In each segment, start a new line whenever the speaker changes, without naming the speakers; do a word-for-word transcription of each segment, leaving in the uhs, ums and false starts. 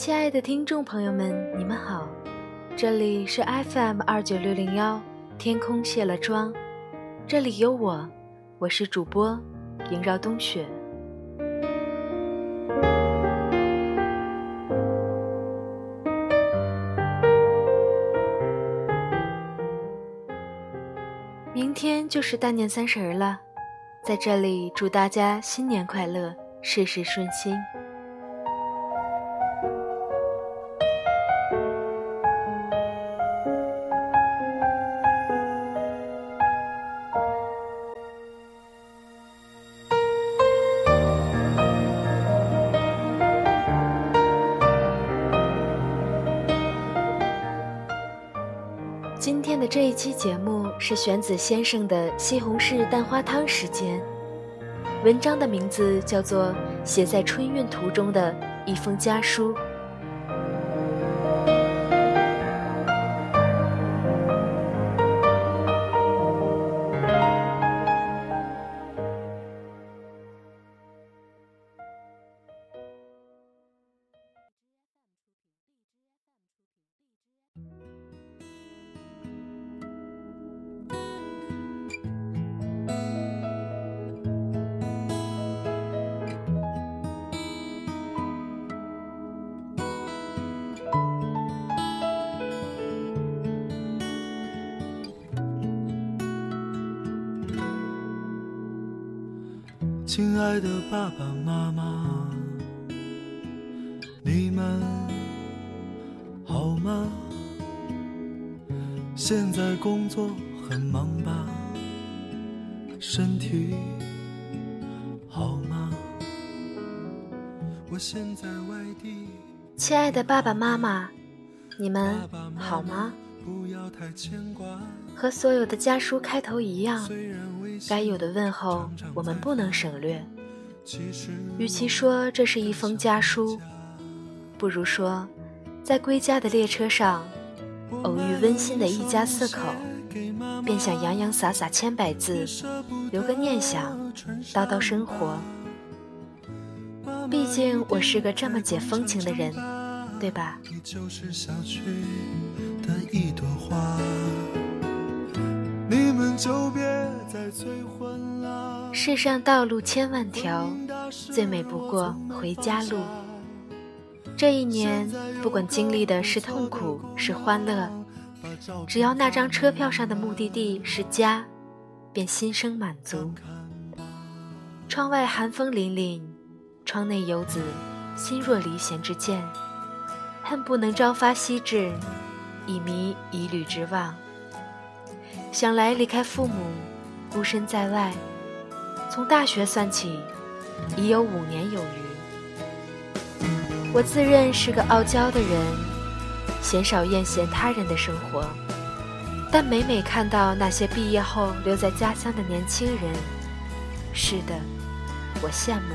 亲爱的听众朋友们，你们好，这里是 F M 二九六零一，天空卸了妆，这里有我，我是主播萦绕冬雪。明天就是大年三十了，在这里祝大家新年快乐，事事顺心。今天的这一期节目是玄子先生的西红柿蛋花汤时间，文章的名字叫做《写在春运途中的一封家书》。
亲爱的爸爸妈妈，你们好吗？现在工作很忙吧？身体好吗？我现在外地。
亲爱的爸爸妈妈，你们好吗？和所有的家书开头一样，该有的问候我们不能省略。与其说这是一封家书，不如说在归家的列车上偶遇温馨的一家四口，便想洋洋洒洒千百字，留个念想，叨叨生活。毕竟我是个这么解风情的人，对吧？
你就是小区的一朵花，你们就别再催婚了。
世上道路千万条，最美不过回家路。这一年，不管经历的是痛苦是欢乐，只要那张车票上的目的地是家，便心生满足。窗外寒风凛凛，窗内游子心若离弦之箭，恨不能朝发夕至，以弥一缕之望。想来离开父母，孤身在外，从大学算起，已有五年有余。我自认是个傲娇的人，鲜少艳羡他人的生活，但每每看到那些毕业后留在家乡的年轻人，是的，我羡慕。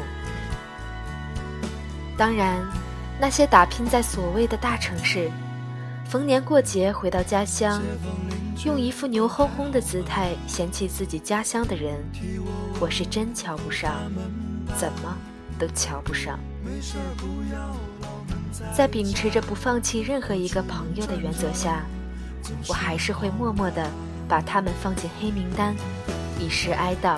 当然，那些打拼在所谓的大城市，逢年过节回到家乡，用一副牛哄哄的姿态嫌弃自己家乡的人，我是真瞧不上，怎么都瞧不上。在秉持着不放弃任何一个朋友的原则下，我还是会默默地把他们放进黑名单，以示哀悼。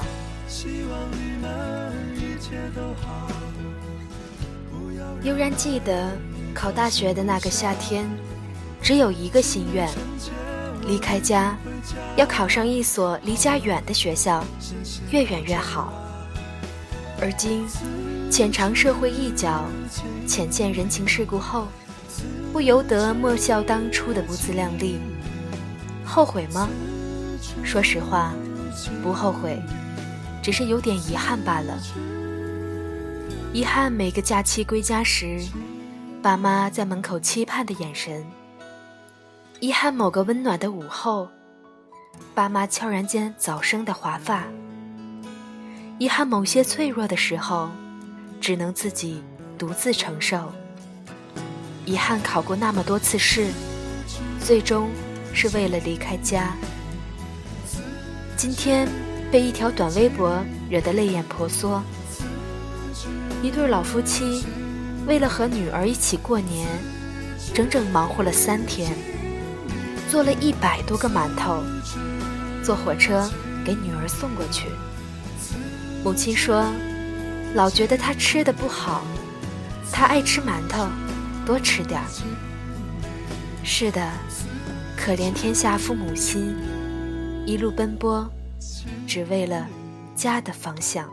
悠然记得考大学的那个夏天，只有一个心愿，离开家，要考上一所离家远的学校，越远越好。而今浅尝社会一角，浅见人情世故后，不由得默笑当初的不自量力。后悔吗？说实话，不后悔，只是有点遗憾罢了。遗憾每个假期归家时，爸妈在门口期盼的眼神，遗憾某个温暖的午后，爸妈悄然间早生的华发，遗憾某些脆弱的时候，只能自己独自承受。遗憾考过那么多次试，最终是为了离开家。今天被一条短微博惹得泪眼婆娑。一对老夫妻为了和女儿一起过年，整整忙活了三天，做了一百多个馒头，坐火车给女儿送过去。母亲说，老觉得她吃的不好，她爱吃馒头，多吃点儿。是的，可怜天下父母心，一路奔波，只为了家的方向。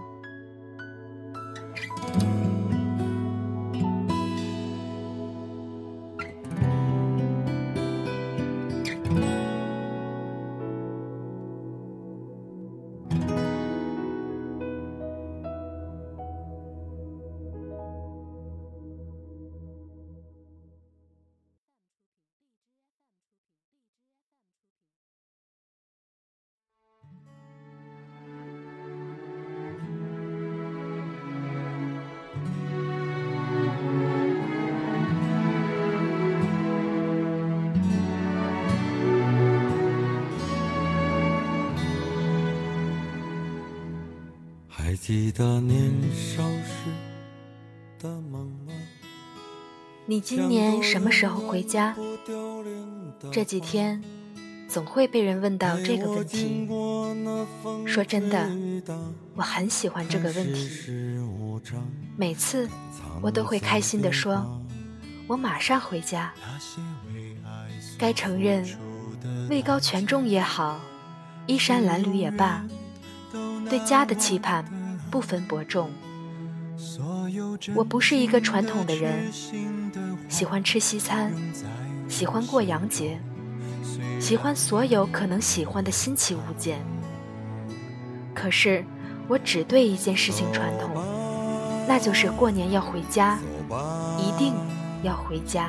还记得年少时的梦吗？
你今年什么时候回家？这几天总会被人问到这个问题。说真的，我很喜欢这个问题。每次我都会开心地说，我马上回家。该承认，位高权重也好，衣衫褴褛也罢，对家的期盼不分伯仲。我不是一个传统的人，喜欢吃西餐，喜欢过洋节，喜欢所有可能喜欢的新奇物件。可是我只对一件事情传统，那就是过年要回家，一定要回家。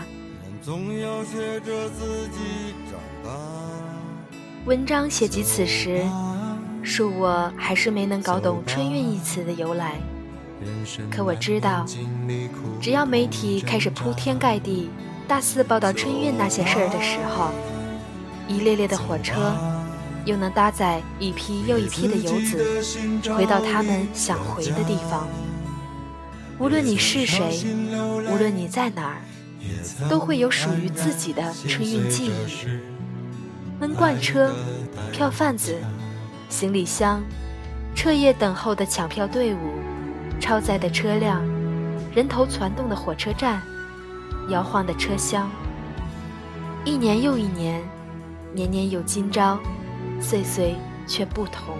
文章写及此时，恕我还是没能搞懂春运一词的由来。可我知道，只要媒体开始铺天盖地大肆报道春运那些事儿的时候，一列列的火车又能搭载一批又一批的游子回到他们想回的地方。无论你是谁，无论你在哪儿，都会有属于自己的春运记忆。闷罐车、票贩子、行李箱、彻夜等候的抢票队伍、超载的车辆、人头攒动的火车站、摇晃的车厢。一年又一年，年年有今朝，岁岁却不同。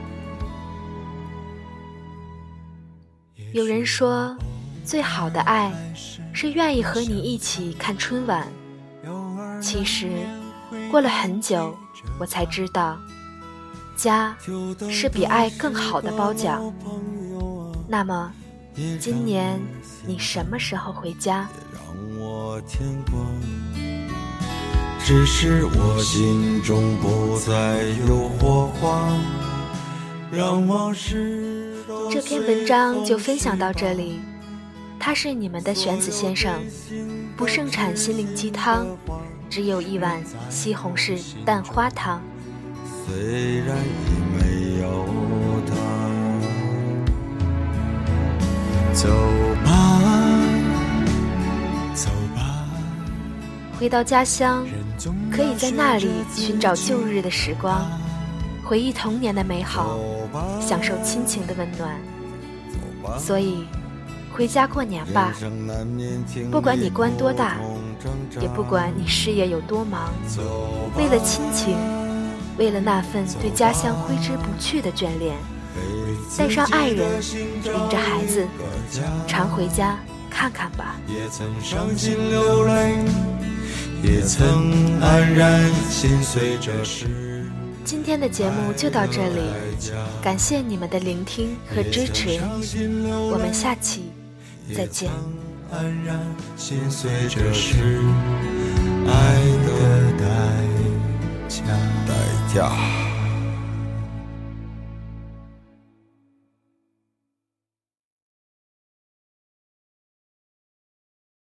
有人说，最好的爱是愿意和你一起看春晚。其实过了很久，我才知道，家是比爱更好的褒奖。那么今年你什么时候回家？
让我牵挂，只是我心中不再有火花，让往事都
这篇文章就分享到这里。他是你们的玄子先生，不盛产心灵鸡汤，只有一碗西红柿蛋花汤。
虽然已没有他，走吧走吧。
回到家乡，可以在那里寻找旧日的时光，回忆童年的美好，享受亲情的温暖。所以回家过年吧，不管你官多大，也不管你事业有多忙，为了亲情，为了那份对家乡挥之不去的眷恋，带上爱人，领着孩子，常回家看看吧。
也曾伤心流泪，也曾黯然心碎，这是
今天的节目就到这里，感谢你们的聆听和支持，我们下期再见。
黯然心碎，这是爱的代价。代价。